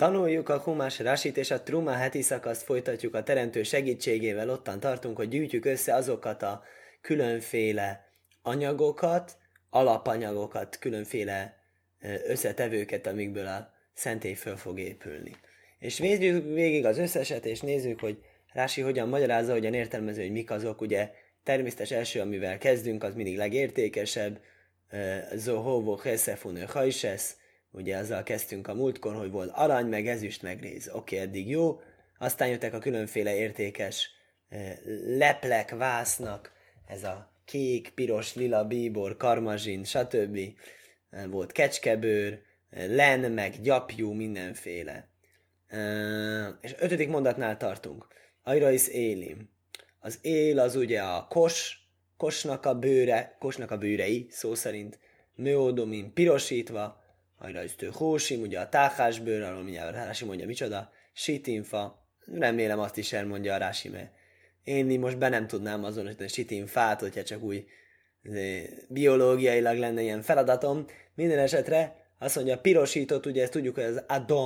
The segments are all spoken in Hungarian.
Tanuljuk a Humás Rasit és a Truma heti szakaszt folytatjuk a teremtő segítségével. Ottan tartunk, hogy gyűjtjük össze azokat a különféle anyagokat, alapanyagokat, különféle összetevőket, amikből a szentély föl fog épülni. És nézzük végig az összeset, és nézzük, hogy Rási hogyan magyarázza, hogyan értelmező, hogy mik azok. Ugye természetes első, amivel kezdünk, az mindig legértékesebb. Zohovo Chesefun Hajsesz. Ugye azzal kezdtünk a múltkor, hogy volt arany, meg ezüst, meg réz. Oké, eddig jó. Aztán jöttek a különféle értékes leplek, vásznak, ez a kék, piros, lila, bíbor, karmazsin, stb. Volt kecskebőr, len, meg gyapjú, mindenféle. És 5. mondatnál tartunk. Ajrais élim. Az él az ugye a kosnak a bőre, kosnak a bőrei, szó szerint, mőodomin pirosítva, ajrajztő hósim, ugye a táhásbőr, arról mindjárt Rási mondja micsoda, sitinfa, remélem azt is elmondja a Rási, mert én most be nem tudnám azonosítani sitinfát, hogyha csak úgy biológiailag lenne ilyen feladatom. Minden esetre azt mondja, pirosított, ugye ezt tudjuk, hogy az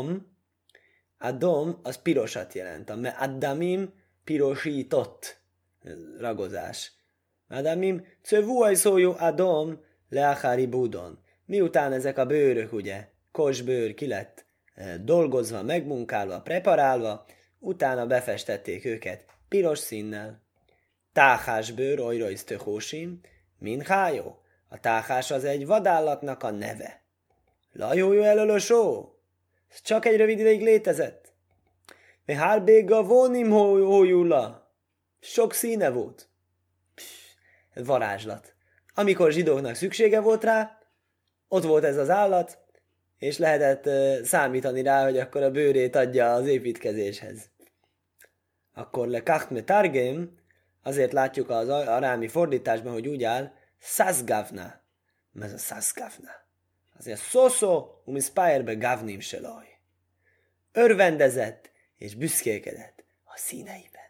Adom az pirosat jelent. A Adamim pirosított ragozás. Adamim cövuaj szójú Adom leachari budon. Miután ezek a bőrök, ugye, kosbőr ki lett dolgozva, megmunkálva, preparálva, utána befestették őket piros színnel. Táhásbőr, ojrojsz töhósim, minhájó. A táhás az egy vadállatnak a neve. Lajójó elölösó. Ez csak egy rövid ideig létezett. Mi hárbéga vonim hójúla. Sok színe volt. Ez varázslat. Amikor zsidóknak szüksége volt rá, ott volt ez az állat, és lehetett számítani rá, hogy akkor a bőrét adja az építkezéshez. Akkor le kachtme targém, azért látjuk az arámi fordításban, hogy úgy áll, szaszgavna. Ez a szaszgavna. Azért szoszó, umiszpájerbe gavnim selaj. Örvendezett és büszkélkedett a színeiben.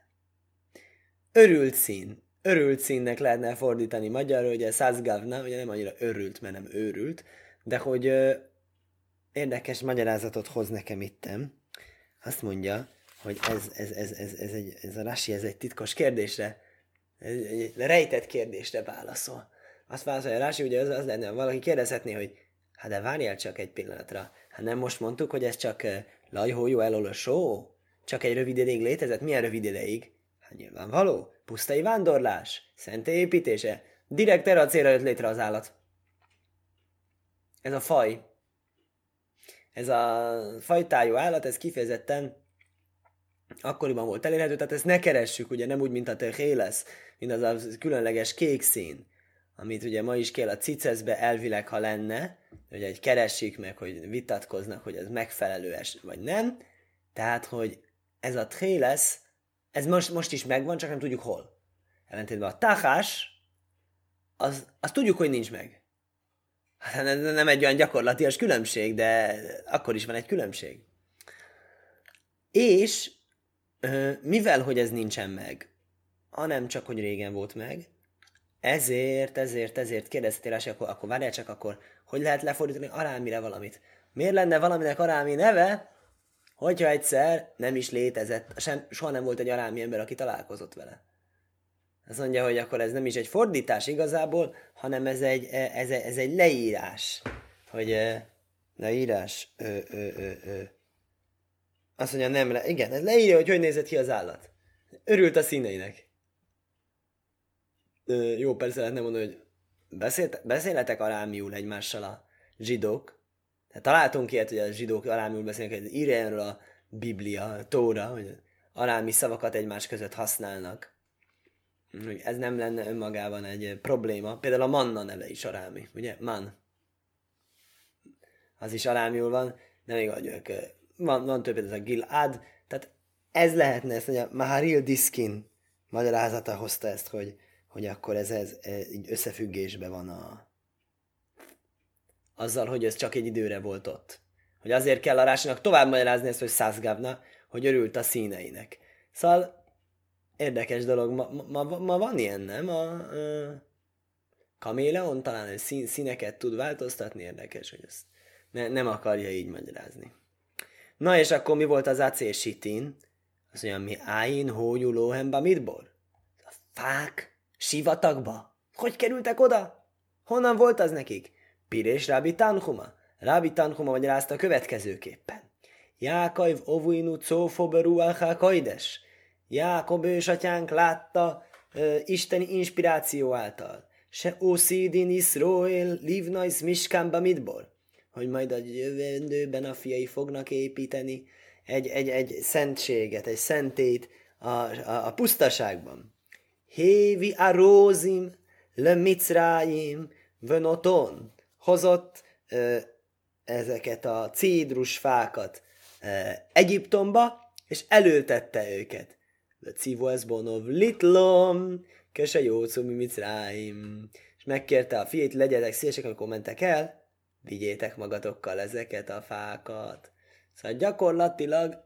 Örült színnek lehetne fordítani magyarul, ugye százgávna, ugye nem annyira örült, mert nem őrült, de hogy érdekes magyarázatot hoz nekem ittem. Azt mondja, hogy ez a Rashi, ez egy titkos kérdésre, egy rejtett kérdésre válaszol. Azt válaszolja a Rashi, ugye az lenne, valaki kérdezhetné, hogy hát de várjál csak egy pillanatra, hát nem most mondtuk, hogy ez csak lajhójó elolosó? Csak egy rövid ideig létezett? Milyen rövid ideig? Hát nyilvánvaló. Pusztai vándorlás, szentély építése, direkt erre a célra jött létre az állat. Ez a faj, ez a fajtájú állat, ez kifejezetten akkoriban volt elérhető, tehát ezt ne keressük, ugye nem úgy, mint a lesz, mint az a különleges kék szín, amit ugye ma is kell a ciceszbe elvileg, ha lenne, hogy egy keresik meg, hogy vitatkoznak, hogy ez megfelelő-es, vagy nem. Tehát, hogy ez a lesz, ez most is megvan, csak nem tudjuk hol. Ellentétben a tahás, az tudjuk, hogy nincs meg. Hát nem egy olyan gyakorlatias különbség, de akkor is van egy különbség. És mivel, hogy ez nincsen meg, hanem csak, hogy régen volt meg, ezért kérdeztél Rási, akkor várjál csak, akkor hogy lehet lefordítani arámire valamit? Miért lenne valaminek arámi neve, hogyha egyszer nem is létezett, soha nem volt egy arámi ember, aki találkozott vele? Azt mondja, hogy akkor ez nem is egy fordítás igazából, hanem ez egy leírás. Hogy leírás. Azt mondja, nem, igen, ez leírja, hogy nézett ki az állat. Örült a színeinek. Jó, persze lehetne mondani, hogy beszélhetek arámiul egymással a zsidók. Tehát találtunk ilyet, hogy a zsidók arámiul beszélnek, hogy írja erről a Biblia, a Tóra, hogy arámi szavakat egymás között használnak. Ez nem lenne önmagában egy probléma. Például a manna neve is arámi, ugye? Man. Az is arámiul van, de még vagyok. Van több, ez a Gilad. Tehát ez lehetne, ezt mondja, Maharil Diskin magyarázata hozta ezt, hogy akkor ez így összefüggésben van azzal, hogy ez csak egy időre volt ott. Hogy azért kell a Rásinak tovább magyarázni ezt, hogy százgávna, hogy örült a színeinek. Szóval érdekes dolog, ma van ilyen, nem? A kaméleon talán színeket tud változtatni, érdekes, hogy ezt nem akarja így magyarázni. Na és akkor mi volt az acélsitin? Az olyan, mi áin, hónyú, lóhemba, mitbor? A fák sivatagba? Hogy kerültek oda? Honnan volt az nekik? Pirés Rabbi Tanhuma. Rabbi Tanhuma magyarázta a következőképpen. Jákaiv ovuinu cófoberu alhákaides. Jákob ősatyánk látta isteni inspiráció által. Se ószídin Iszroél livnajsz miskánba mitbor. Hogy majd a jövendőben a fiai fognak építeni egy szentséget, egy szentét a pusztaságban. Hévi a rózim le micráim vönoton. Hozott ezeket a cédrusfákat Egyiptomba, és elültette őket. Civóeszbonov litlom, köse jócumi micráim. És megkérte a fiait, legyetek szívesek, amikor mentek el, vigyétek magatokkal ezeket a fákat. Szóval gyakorlatilag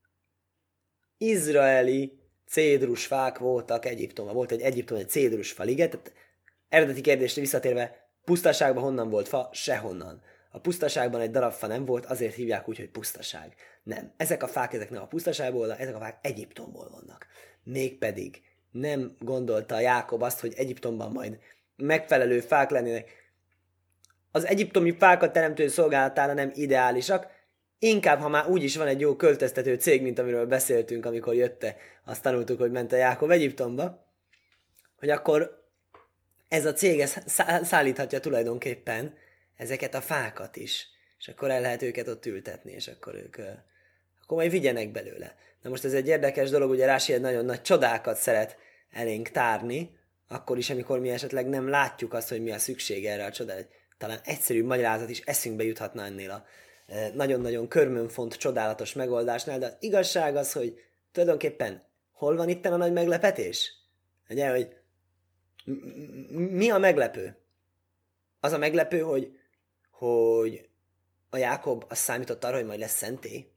izraeli cédrusfák voltak Egyiptomban. Volt egy Egyiptom, egy cédrusfa liget. Tehát eredeti kérdésre visszatérve, pusztaságban honnan volt fa? Sehonnan. A pusztaságban egy darab fa nem volt, azért hívják úgy, hogy pusztaság. Nem. Ezek a fák, ezek nem a pusztaságból, ezek a fák Egyiptomból vannak. Mégpedig nem gondolta Jákob azt, hogy Egyiptomban majd megfelelő fák lennének. Az egyiptomi fákat teremtő szolgálatára nem ideálisak, inkább, ha már úgyis van egy jó költöztető cég, mint amiről beszéltünk, amikor jötte, azt tanultuk, hogy ment a Jákob Egyiptomba, hogy akkor ez a cég szállíthatja tulajdonképpen ezeket a fákat is, és akkor el lehet őket ott ültetni, és akkor ők akkor majd vigyenek belőle. Na most ez egy érdekes dolog, ugye Rási egy nagyon nagy csodákat szeret elénk tárni, akkor is, amikor mi esetleg nem látjuk azt, hogy mi a szükség erre a csodára. Talán egyszerű magyarázat is eszünkbe juthatna ennél a nagyon-nagyon körmönfont, csodálatos megoldásnál, de az igazság az, hogy tulajdonképpen hol van itten a nagy meglepetés? Ugye, hogy mi a meglepő? Az a meglepő, hogy a Jákob azt számított arra, hogy majd lesz szentély.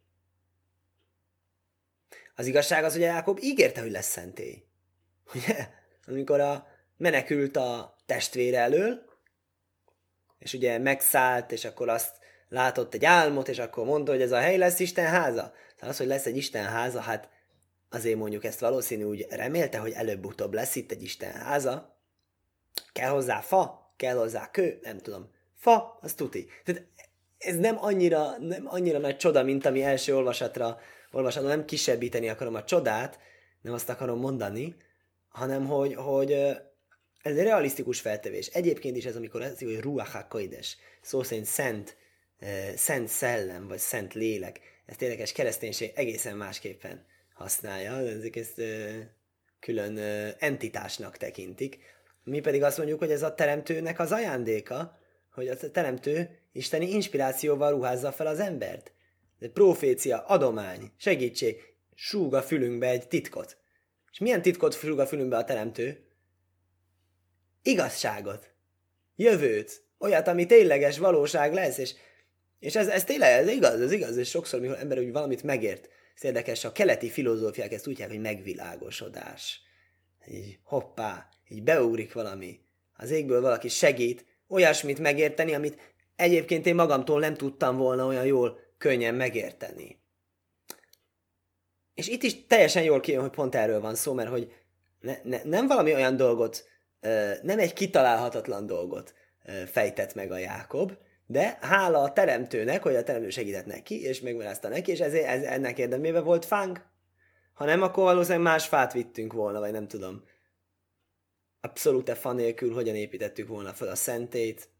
Az igazság az, hogy a Jákob ígérte, hogy lesz szentély. Ugye? Amikor menekült a testvére elől, és ugye megszállt, és akkor azt látott egy álmot, és akkor mondta, hogy ez a hely lesz Isten háza. Szóval az, hogy lesz egy Isten háza, hát azért mondjuk ezt valószínű úgy remélte, hogy előbb-utóbb lesz itt egy Isten háza. Kell hozzá fa, kell hozzá kő, nem tudom. Fa, az tuti. Tehát ez nem annyira nagy csoda, mint ami első olvasatra, nem kisebbíteni akarom a csodát, nem azt akarom mondani, hanem hogy ez egy realisztikus feltevés. Egyébként is ez, amikor ez, hogy ruach ha-kodesh, szó szerint szent szellem, vagy szent lélek. Ezt érdekes kereszténység egészen másképpen használja, ezek ezt külön entitásnak tekintik. Mi pedig azt mondjuk, hogy ez a teremtőnek az ajándéka, hogy a teremtő isteni inspirációval ruházza fel az embert. Ez profécia, adomány, segítség, súg a fülünkbe egy titkot. És milyen titkot súg a fülünkbe a teremtő? Igazságot, jövőt, olyat, ami tényleges valóság lesz, és ez tényleg ez igaz, és sokszor, amikor ember úgy valamit megért, ez érdekes, a keleti filozófiák ezt úgy hívják, hogy megvilágosodás. Így hoppá, így beugrik valami, az égből valaki segít, olyasmit megérteni, amit egyébként én magamtól nem tudtam volna olyan jól, könnyen megérteni. És itt is teljesen jól kijön, hogy pont erről van szó, mert hogy nem valami olyan dolgot, nem egy kitalálhatatlan dolgot fejtett meg a Jákob, de hála a teremtőnek, hogy a teremtő segített neki, és megmerázta neki, és ennek érdemében volt fánk. Ha nem, akkor valószínűleg más fát vittünk volna, vagy nem tudom. Abszolút fa nélkül hogyan építettük volna fel a szentét?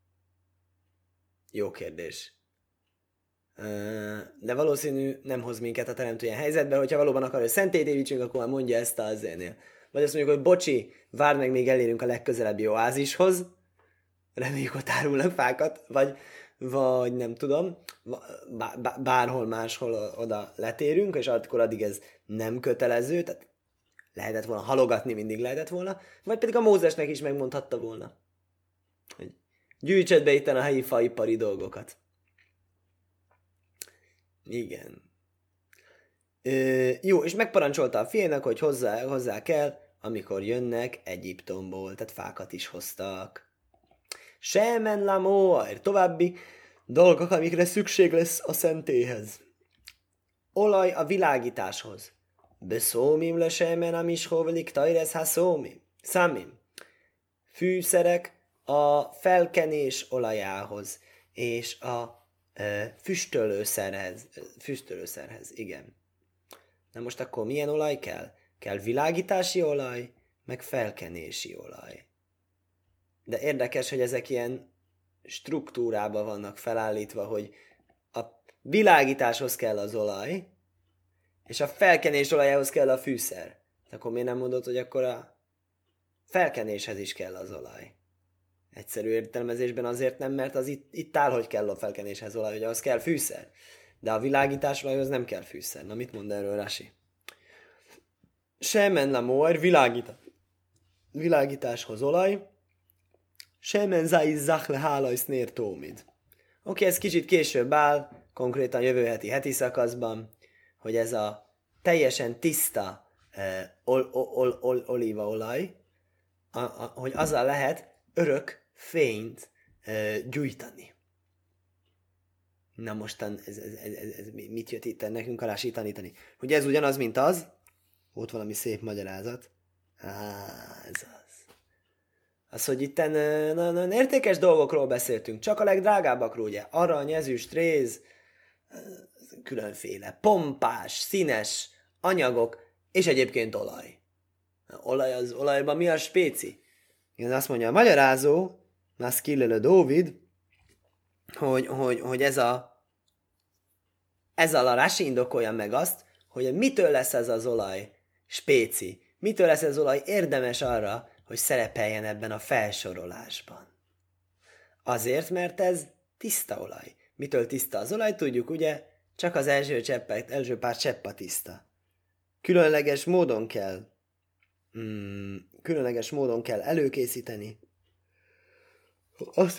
Jó kérdés. De valószínű nem hoz minket a teremtő ilyen helyzetbe, hogyha valóban akar, hogy szentét építsünk, akkor már mondja ezt az zénél. Vagy azt mondjuk, hogy bocsi, várd meg, még elérünk a legközelebbi oázishoz, reméljük, ott árulnak fákat, vagy nem tudom, bárhol máshol oda letérünk, és akkor addig ez nem kötelező, tehát lehetett volna halogatni, mindig lehetett volna, vagy pedig a Mózesnek is megmondhatta volna, hogy gyűjtsed be itten a helyi faipari dolgokat. Igen. Jó, és megparancsolta a fiának, hogy hozzá kell, amikor jönnek Egyiptomból, tehát fákat is hoztak. Semen lamóer, további dolgok, amikre szükség lesz a szentélyhez. olaj a világításhoz. Beszómim le semen, amis hovelik tajrez haszómim. Számim. Fűszerek a felkenés olajához, és a füstölőszerhez, igen. Na most akkor milyen olaj kell? Kell világítási olaj, meg felkenési olaj. De érdekes, hogy ezek ilyen struktúrában vannak felállítva, hogy a világításhoz kell az olaj, és a felkenés olajához kell a fűszer. Akkor miért nem mondod, hogy akkor a felkenéshez is kell az olaj? Egyszerű értelmezésben azért nem, mert az itt áll, hogy kell a felkenéshez olaj, hogy ahhoz kell fűszer. De a világítás olajhoz nem kell fűszer. Na mit mond erről Rasi? Semen la moer világításhoz olaj, semen zai zachle hálajsz nér tómid. Oké, ez kicsit később áll, konkrétan jövő heti szakaszban, hogy ez a teljesen tiszta olívaolaj, hogy azzal lehet örök fényt gyújtani. Na mostan ez mit jött itt nekünk Rasi tanítani? Hogy ez ugyanaz, mint az, ott valami szép magyarázat. Ez az. Az, hogy itt értékes dolgokról beszéltünk, csak a legdrágábbakról, ugye? Arany, ezüst, réz, különféle pompás, színes anyagok, és egyébként olaj. Olajban mi a spéci? Igen, azt mondja a magyarázó, Maszkillele Dóvid, hogy ezzel a Rasi indokolja meg azt, hogy mitől lesz ez az olaj spéci, mitől lesz ez az olaj érdemes arra, hogy szerepeljen ebben a felsorolásban. Azért, mert ez tiszta olaj. Mitől tiszta az olaj, tudjuk, ugye? Csak az első pár cseppa tiszta. Különleges módon kell előkészíteni. Azt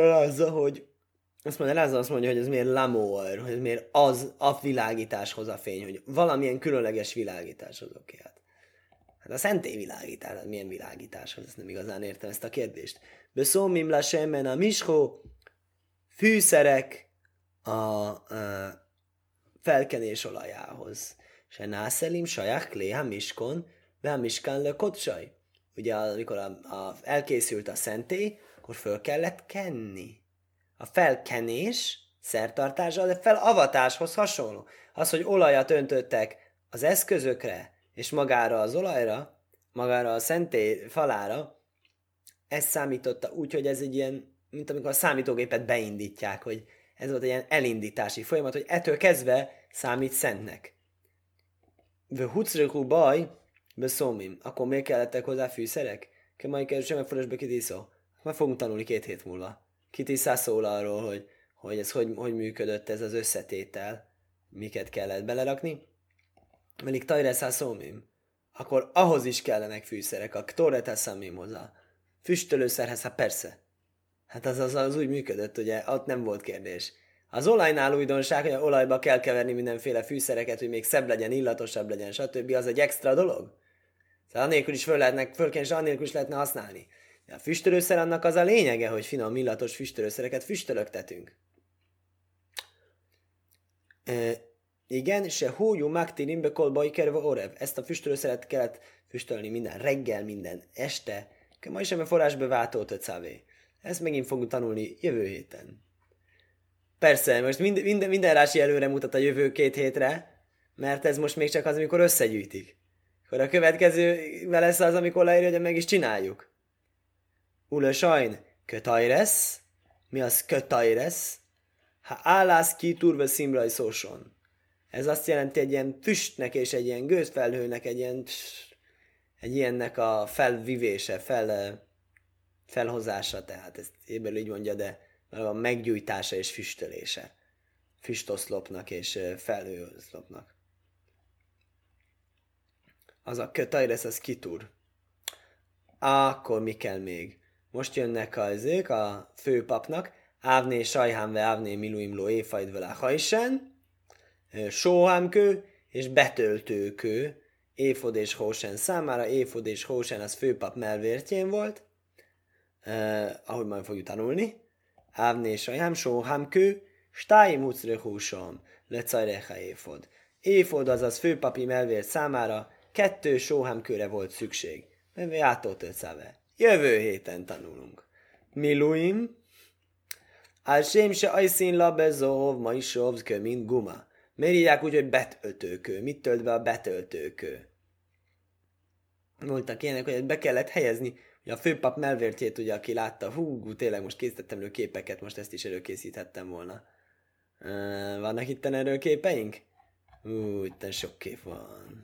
mondja, hogy ez miért l'amour, hogy ez miért az a világításhoz a fény, hogy valamilyen különleges világításhoz oké. Hát a szentély világítás, milyen világításhoz, ezt nem igazán értem ezt a kérdést. Beszómim la semen a miskó, fűszerek a felkenés olajához. Se nászelim saját kléha miskon, be a miskán le kocsaj. Ugye amikor elkészült a szentély, akkor föl kellett kenni. A felkenés szertartása, de felavatáshoz hasonló. Az, hogy olajat öntöttek az eszközökre, és magára az olajra, magára a szentély falára, ez számította úgy, hogy ez egy ilyen, mint amikor a számítógépet beindítják, hogy ez volt egy ilyen elindítási folyamat, hogy ettől kezdve számít szentnek. Hucrökú baj, beszómim. Akkor miért kellettek hozzá fűszerek? Majd kell semmi forrásba kitíszó. Már fogunk tanulni 2 hét múlva. Kitiszá szól arról, hogy ez hogy működött ez az összetétel, miket kellett belerakni. Melik tajreszá szómim. Akkor ahhoz is kellenek fűszerek, a ktoreteszá hozzá. Füstölőszerhez, hát persze. Hát az úgy működött, ugye, ott nem volt kérdés. Az olajnál újdonság, hogy a olajba kell keverni mindenféle fűszereket, hogy még szebb legyen, illatosabb legyen, stb. Az egy extra dolog. Szóval annélkül is és annélkül is lehetne használni. De a füstölőszer annak az a lényege, hogy finom, illatos füstölőszereket füstölögtetünk. Igen, se hújú magtirimbe kolbai kerve orev. Ezt a füstölőszeret kellett füstölni minden reggel, minden este. Ma is eme forrásba váltott 5 szávé. Ezt megint fogunk tanulni jövő héten. Persze, most minden Rási előre mutat a jövő 2 hétre, mert ez most még csak az, amikor összegyűjtik. Akkor a következő lesz az, amikor leírja, hogy meg is csináljuk. Ule sajn, kötajresz. Mi az kötajresz? Ha állász ki turva szimraj szóson. Ez azt jelenti egy ilyen füstnek és egy ilyen gőzfelhőnek, egy ilyennek a felvivése, felhozása, tehát ezt ébből így mondja, de a meggyújtása és füstölése. Füstoszlopnak és felhőoszlopnak. Az a kötajresz, az kitúr. Akkor mi kell még? Most jönnek a főpapnak, Ávné sajhámve ávné miluimló éjfajdvele hajsen, sóhámkő és betöltőkő, éfod és hósen számára, éfod és hósen az főpap melvértjén volt, ahogy majd fogjuk tanulni, Ávné sajhám, sóhámkő, stáim hucre húsom, lecajreha éfod. Éfod, azaz főpapi melvér számára 2 sóhámkőre volt szükség. Átoltölt száve. Jövő héten tanulunk. Miluim, al sem se ajszín labezov, ma is sovzkő, mint guma. Miért írják úgy, hogy betöltőkő? Mit tölt be a betöltőkő? Mondtak ilyenek, hogy be kellett helyezni, hogy a főpap melvértjét, ugye, aki látta, tényleg most készítettem elő képeket, most ezt is előkészíthettem volna. Vannak itten erről képeink? Itten sok kép van.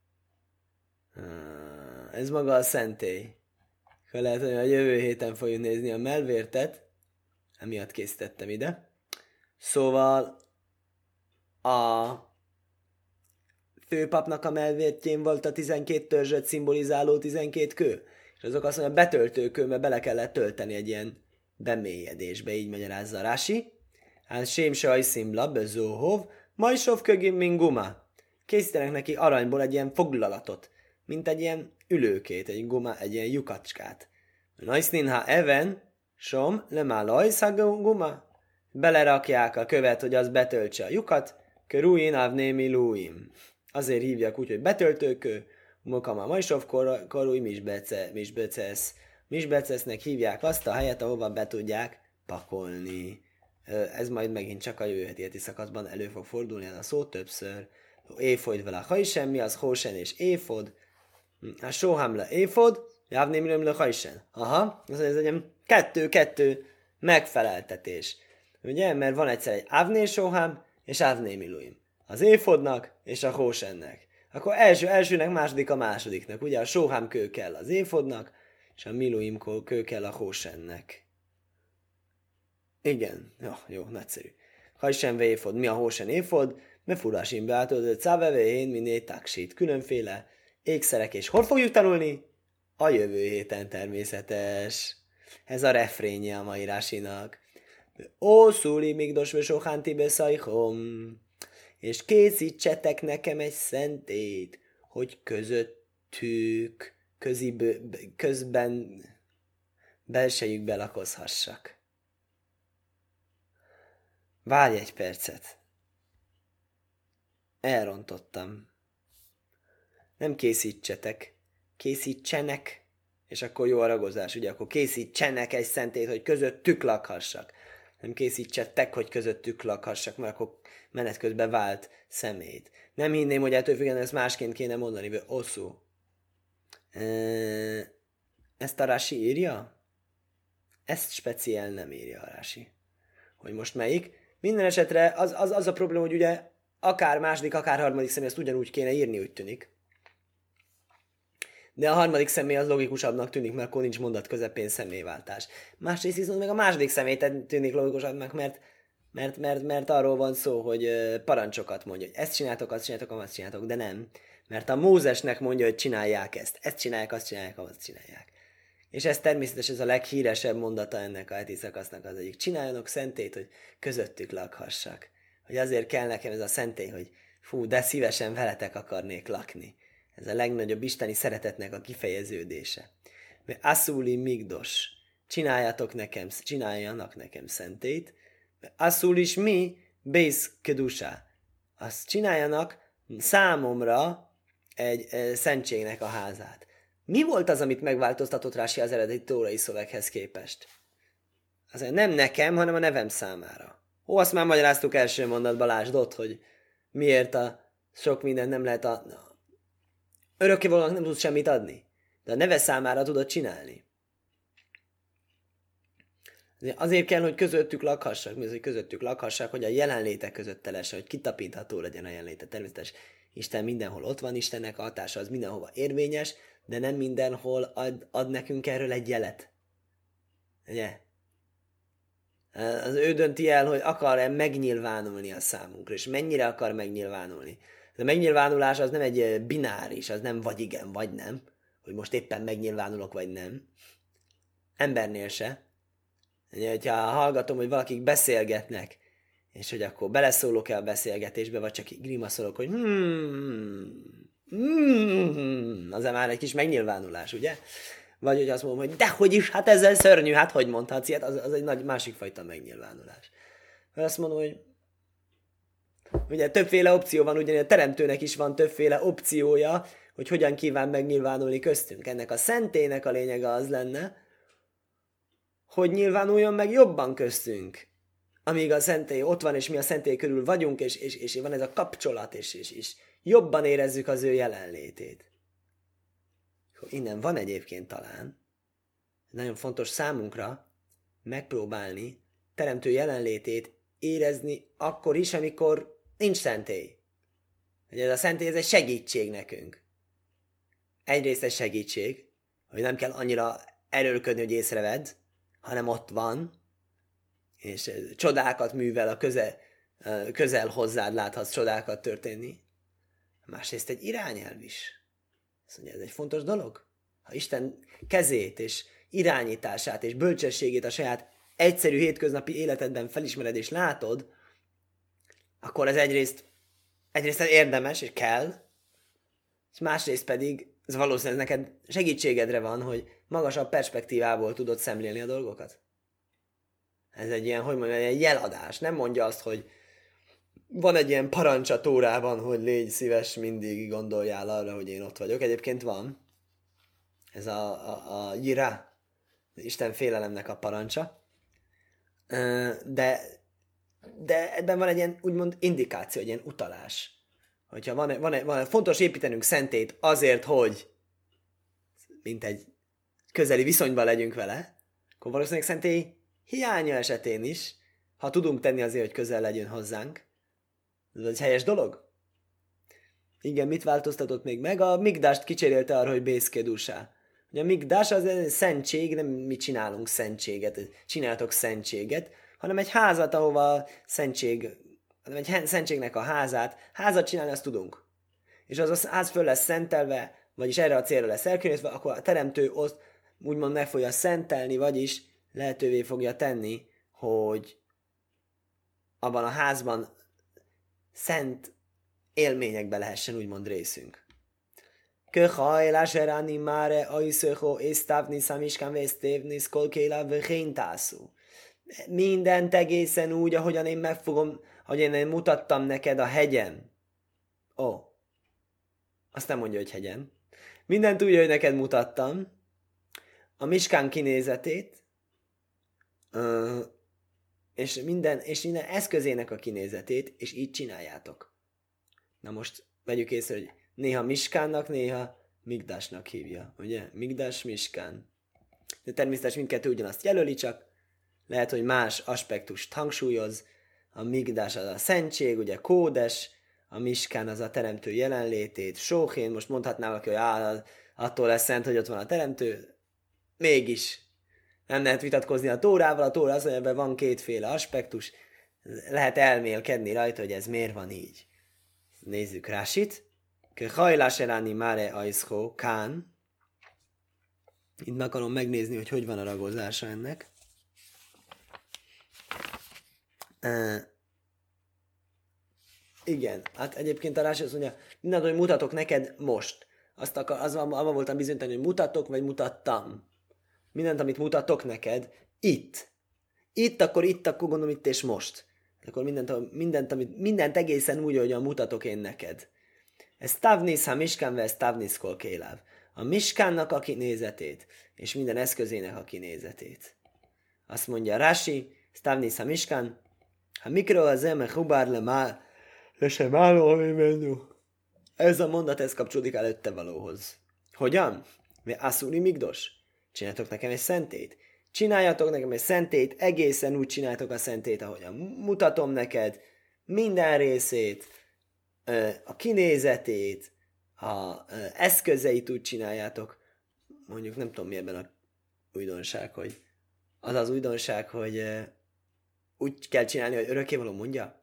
Ez maga a szentély. Lehet, hogy a jövő héten fogjuk nézni a melvértet, emiatt készítettem ide. Szóval a főpapnak a melvértjén volt a 12 törzsöt szimbolizáló 12 kő. És azok azt mondja, betöltőkőbe bele kellett tölteni egy ilyen bemélyedésbe, így magyarázza a Rási. Hát sém se ajszim labezóhov, majsov kögim minguma. Készítenek neki aranyból egy ilyen foglalatot, mint egy ilyen ülőkét, egy ilyen lyukacskát. Najsznin ha even, som lemálajsz guma. Belerakják a követ, hogy az betöltse a lyukat, körújén avnémi lúim. Azért hívják úgy, hogy betöltőkő, mokama majsov korúj misbecesznek hívják azt a helyet, ahova be tudják pakolni. Ez majd megint csak a jövő heti szakaszban elő fog fordulni, ez a szó többször. Éfoid vele hajsen, mi az hósen és éfod. A sóhám le éfod, jávném le hajsen. Aha, ez egy ilyen 2-2 megfeleltetés. Ugye, mert van egyszer egy ávné sóhám és ávné miluim. Az éfodnak és a hósennek. Akkor elsőnek, második a másodiknak. Ugye a sóhám kő kell az éfodnak, és a miluim kő kell a hósennek. Igen, jó, nagyszerű. Hajsen éfod, mi a hósen éfod? Me furásim beáltodott szávevején, minél taksít. Különféle ékszerek, és hol fogjuk tanulni? A jövő héten természetes. Ez a refrénje a mai rásinak. Ó, szúli migdos vesóhánti beszajhom, és készítsetek nekem egy szentét, hogy közöttük, közben belsejükbe lakozhassak. Várj egy percet. Elrontottam. Nem készítsetek, készítsenek, és akkor jó a ragozás, ugye, akkor készítsenek egy szentét, hogy közöttük lakhassak. Nem készítsetek, hogy közöttük lakhassak, mert akkor menet közben vált szemét. Nem hinném, hogy ettől függően ezt másként kéne mondani, hogy oszú. Ezt a Rási írja? Ezt speciál nem írja a Rási. Hogy most melyik? Minden esetre az a probléma, hogy ugye akár második, akár harmadik személy, ezt ugyanúgy kéne írni, úgy tűnik. De a harmadik személy az logikusabbnak tűnik, mert akkor nincs mondat közepén személyváltás. Másrészt viszont meg a második személy tűnik logikusabbnak, mert arról van szó, hogy parancsokat mondja, hogy ezt csináltok, azt csináltok, azt csináltok, de nem. Mert a Mózesnek mondja, hogy csinálják ezt csinálják, azt csinálják, azt csinálják. És ez természetesen ez a leghíresebb mondata ennek a heti szakasznak az egyik. Csináljanak szentét, hogy közöttük lakhassak. Hogy azért kell nekem ez a szentély, hogy de szívesen veletek akarnék lakni. Ez a legnagyobb isteni szeretetnek a kifejeződése. Mert Asszúli migdos, csináljanak nekem szentét. Asszul is mi, bész kedusá. Azt csináljanak számomra egy szentségnek a házát. Mi volt az, amit megváltoztatott Rási az eredeti tórai szöveghez képest? Azért nem nekem, hanem a nevem számára. Azt már magyaráztuk első mondatban, lásd ott, hogy miért a sok minden nem lehet örökkévalónak nem tud semmit adni. De a neve számára tudod csinálni. Azért kell, hogy közöttük lakhassak. Mi az, hogy közöttük lakhassak, hogy a jelenlétek között telesen, hogy kitapintható legyen a jelenléte. Természetesen Isten mindenhol ott van, Istennek a hatása az mindenhova érvényes, de nem mindenhol ad nekünk erről egy jelet. Ugye? Az ő dönti el, hogy akar-e megnyilvánulni a számunkra, és mennyire akar megnyilvánulni. A megnyilvánulás az nem egy bináris, az nem vagy igen, vagy nem, hogy most éppen megnyilvánulok, vagy nem. Embernél se. Ha hallgatom, hogy valakik beszélgetnek, és hogy akkor beleszólok-e a beszélgetésbe, vagy csak grimaszolok, hogy az már egy kis megnyilvánulás, ugye? Vagy hogy azt mondom, hogy dehogy is, hát ezzel szörnyű, hát hogy mondhatsz ilyet, az egy nagy másik fajta megnyilvánulás. Vagy azt mondom, hogy Ugye többféle opció van, ugyanis a teremtőnek is van többféle opciója, hogy hogyan kíván megnyilvánulni köztünk. Ennek a szentélynek a lényege az lenne, hogy nyilvánuljon meg jobban köztünk. Amíg a szentély ott van, és mi a szentély körül vagyunk, és van ez a kapcsolat, és jobban érezzük az ő jelenlétét. Innen van egyébként talán, nagyon fontos számunkra megpróbálni teremtő jelenlétét érezni akkor is, amikor nincs szentély. Ugye ez a szentély, ez egy segítség nekünk. Egyrészt egy segítség, hogy nem kell annyira erőlködni, hogy észrevedd, hanem ott van, és csodákat művel a közel hozzád láthatsz csodákat történni. Másrészt egy irányelv is. Azt mondja, ez egy fontos dolog. Ha Isten kezét és irányítását és bölcsességét a saját egyszerű hétköznapi életedben felismered és látod, akkor ez egyrészt érdemes és kell, és másrészt pedig ez valószínűleg neked segítségedre van, hogy magasabb perspektívából tudod szemlélni a dolgokat. Ez egy ilyen, hogy mondjam, egy jeladás. Nem mondja azt, hogy van egy ilyen parancs a Tórában, hogy légy szíves, mindig gondoljál arra, hogy én ott vagyok. Egyébként van. Ez a jirá, Isten félelemnek a parancsa. De ebben van egy ilyen, úgymond indikáció, egy ilyen utalás. Hogyha van fontos építenünk szentét azért, hogy mint egy közeli viszonyban legyünk vele, akkor valószínűleg szentély hiánya esetén is, ha tudunk tenni azért, hogy közel legyen hozzánk. Ez egy helyes dolog? Igen, mit változtatott még meg? A migdást kicserélte arra, hogy bészkedúsá. Ugye a migdás az egy szentség, nem mi csinálunk szentséget, csináltok szentséget, hanem egy házat, ahova egy szentségnek a házat csinálni, azt tudunk. És az a ház föl lesz szentelve, vagyis erre a célra lesz elkülönítve, akkor a teremtő azt úgymond meg fogja szentelni, vagyis lehetővé fogja tenni, hogy abban a házban szent élményekbe lehessen úgymond részünk. Köhaj, láserani máre, ajszöho, észtávni, szamiskán, vésztévni, szkolkéla, vöhéntászú. Mindent egészen úgy, ahogyan én megfogom, hogy én mutattam neked a hegyen. Azt nem mondja, hogy hegyen. Mindent úgy, hogy neked mutattam. A miskán kinézetét, és minden eszközének a kinézetét, és így csináljátok. Na most vegyük észre, hogy néha miskánnak, néha migdásnak hívja, ugye? Migdás, miskán. De természetesen mindkettő ugyanazt jelöli, csak lehet, hogy más aspektust hangsúlyoz. A migdás az a szentség, ugye kódes, a miskán az a teremtő jelenlétét, sóhén, most mondhatnám valaki, hogy attól lesz szent, hogy ott van a teremtő. Mégis. Nem lehet vitatkozni a Tórával, a Tóra az, hogy ebben van kétféle aspektus. Lehet elmélkedni rajta, hogy ez miért van így. Nézzük Rásit. Hajláseráni máre ajszó kán. Itt meg akarom megnézni, hogy van a ragozása ennek. Igen, hát egyébként a Rási azt mondja, mindent, hogy mutatok neked most. Abban voltam bizonytalan, hogy mutatok, vagy mutattam. Mindent, amit mutatok neked, itt. Itt, akkor gondolom itt és most. Akkor mindent egészen úgy, ahogyan mutatok én neked. Ez tavnisz, ha miskán, ez tavnisz kol kéláv. A miskánnak a kinézetét, és minden eszközének a kinézetét. Azt mondja Rási, ez tavnisz, ha miskán, ha mikro az eme hubár le már, le sem álló, ez a mondat, ez kapcsolódik előtte valóhoz. Hogyan? Ve asszúri migdos. Csináltok nekem egy szentét. Csináljatok nekem egy szentét, egészen úgy csináltok a szentét, ahogyan mutatom neked, minden részét, a kinézetét, a eszközeit úgy csináljátok. Mondjuk nem tudom mi ebben a újdonság, hogy az újdonság, hogy úgy kell csinálni, hogy örökkévaló mondja.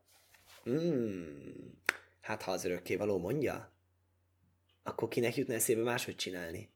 Hát ha az örökkévaló mondja, akkor kinek jutna eszébe máshogy csinálni?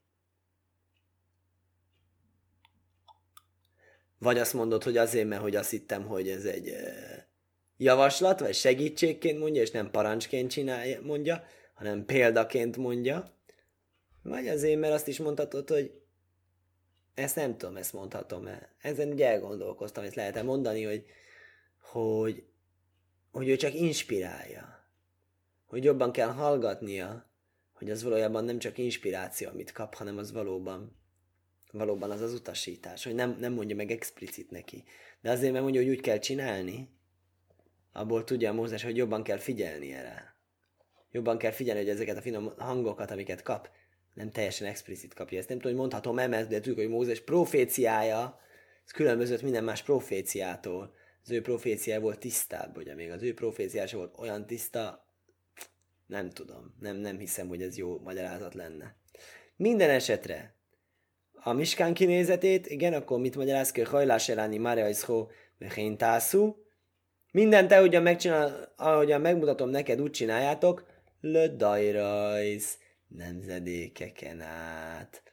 Vagy azt mondod, hogy azért, mert hogy azt hittem, hogy ez egy javaslat, vagy segítségként mondja, és nem parancsként mondja, hanem példaként mondja. Vagy azért, mert azt is mondhatod, hogy ezt nem tudom, ezt mondhatom-e. Ezen ugye elgondolkoztam, ezt lehet-e mondani, hogy hogy ő csak inspirálja, hogy jobban kell hallgatnia, hogy az valójában nem csak inspiráció, amit kap, hanem az valóban az az utasítás, hogy nem mondja meg explicit neki. De azért, mert mondja, hogy úgy kell csinálni, abból tudja a Mózes, hogy jobban kell figyelni erre. Jobban kell figyelni, hogy ezeket a finom hangokat, amiket kap, nem teljesen explicit kapja. Ezt nem tudom, hogy mondhatom de tudjuk, hogy Mózes proféciája, ez különbözött minden más proféciától. Az ő proféciája volt tisztább, ugye még az ő proféciása volt olyan tiszta, nem tudom, nem hiszem, hogy ez jó magyarázat lenne. Minden esetre, a Miskán kinézetét, igen, akkor mit magyaráz ki, hajlás eláni márjajszó, vehén tászú, mindent ahogyan megmutatom neked, úgy csináljátok, lödajrajsz, nemzedékeken át.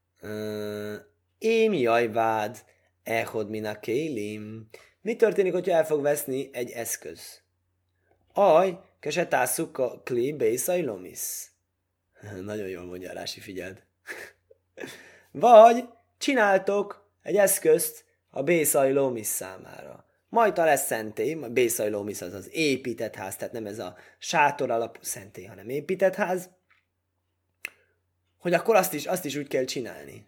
Ém jajvád, ehod mina kélim. Mi történik, hogyha el fog veszni egy eszköz? Aj, kesetásszuk a kli bészajlomisz. Nagyon jól mondja Rási, figyeld. Vagy csináltok egy eszközt a bészajlomisz számára. Majd ha lesz szentély, a bészajlomisz az az épített ház, tehát nem ez a sátor alapú szentély, hanem épített ház, hogy akkor azt is úgy kell csinálni.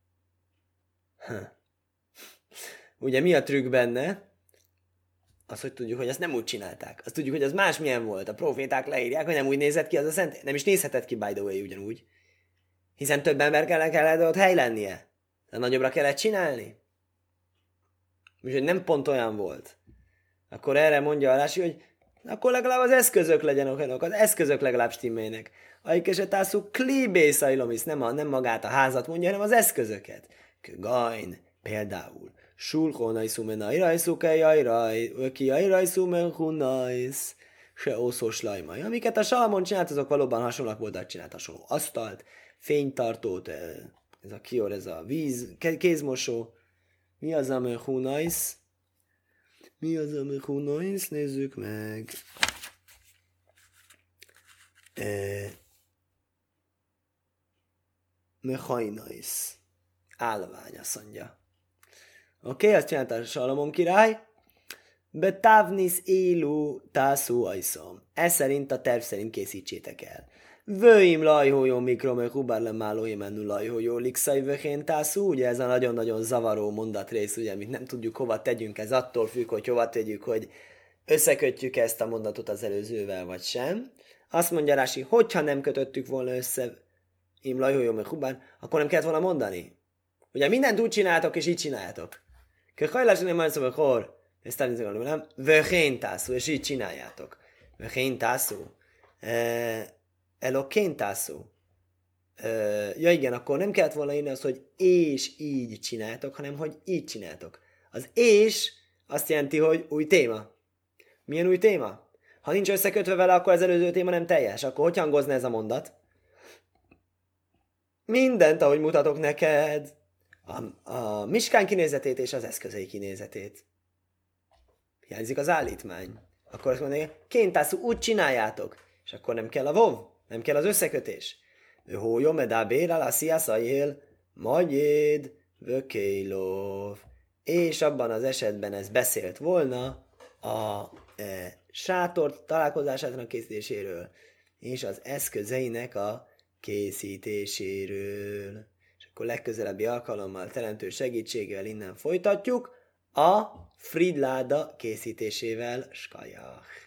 Ugye mi a trükk benne? Az, hogy tudjuk, hogy ezt nem úgy csinálták. Azt tudjuk, hogy az másmilyen volt. A proféták leírják, hogy nem úgy nézett ki az a szentély. Nem is nézhetett ki, by the way, ugyanúgy. Hiszen több ember kellett ott hely lennie. De nagyobbra kellett csinálni. Úgyhogy nem pont olyan volt. Akkor erre mondja a Rási, hogy akkor legalább az eszközök legyenek olyanok, az eszközök legalább stimmeljenek. Aik esetászú klibészailomisz, nem magát a házat mondja, hanem az eszközöket. Gajn, például. Sulchonaiszú men ajrajszú ki ajrajszú men hunajsz, se ószós lajmai. Amiket a Salamon csinált, azok valóban hasonlóak volt, csinált hasonló asztalt, fénytartót, ez a kior, ez a víz, kézmosó. Mi az a men hunajsz? Mi az a men hunajsz? Nézzük meg. Mehajnajsz. Állvány, azt mondja. Oké, azt csinálta a Salamon király. Betávnisz élu tászú ajszom. Ez szerint a terv szerint készítsétek el. Vőim lajhójó mikrome hubárlem málói mennu lajhójó likszai vöhén tászú. Ugye ez a nagyon-nagyon zavaró mondatrész, ugye, amit nem tudjuk hova tegyünk, ez attól függ, hogy hova tegyük, hogy összekötjük ezt a mondatot az előzővel, vagy sem. Azt mondja Rási, hogyha nem kötöttük volna össze im lajhójó meg hubár, akkor nem kellett volna mondani. Ugye mindent úgy csináltok, és így csináljátok. Hajlásni nem mondja, hogy hor, ezt nem, vöhén tászú, és így csináljátok. Vöhén tászú. Elokén tászú. Ja igen, akkor nem kellett volna írni azt, hogy és így csináljátok, hanem hogy így csináljátok. Az és azt jelenti, hogy új téma. Milyen új téma? Ha nincs összekötve vele, akkor az előző téma nem teljes. Akkor hogy hangozna ez a mondat? Mindent, ahogy mutatok neked. A Miskán kinézetét és az eszközei kinézetét. Hiányzik az állítmány. Akkor azt mondja, kéntászú, úgy csináljátok. És akkor nem kell a vov, nem kell az összekötés. Hójó medábér alá sziászajél, magyéd vökélov. És abban az esetben ez beszélt volna a sátor találkozásának a készítéséről, és az eszközeinek a készítéséről. És akkor legközelebbi alkalommal teremtő segítségével innen folytatjuk a Fridláda készítésével. Skajach!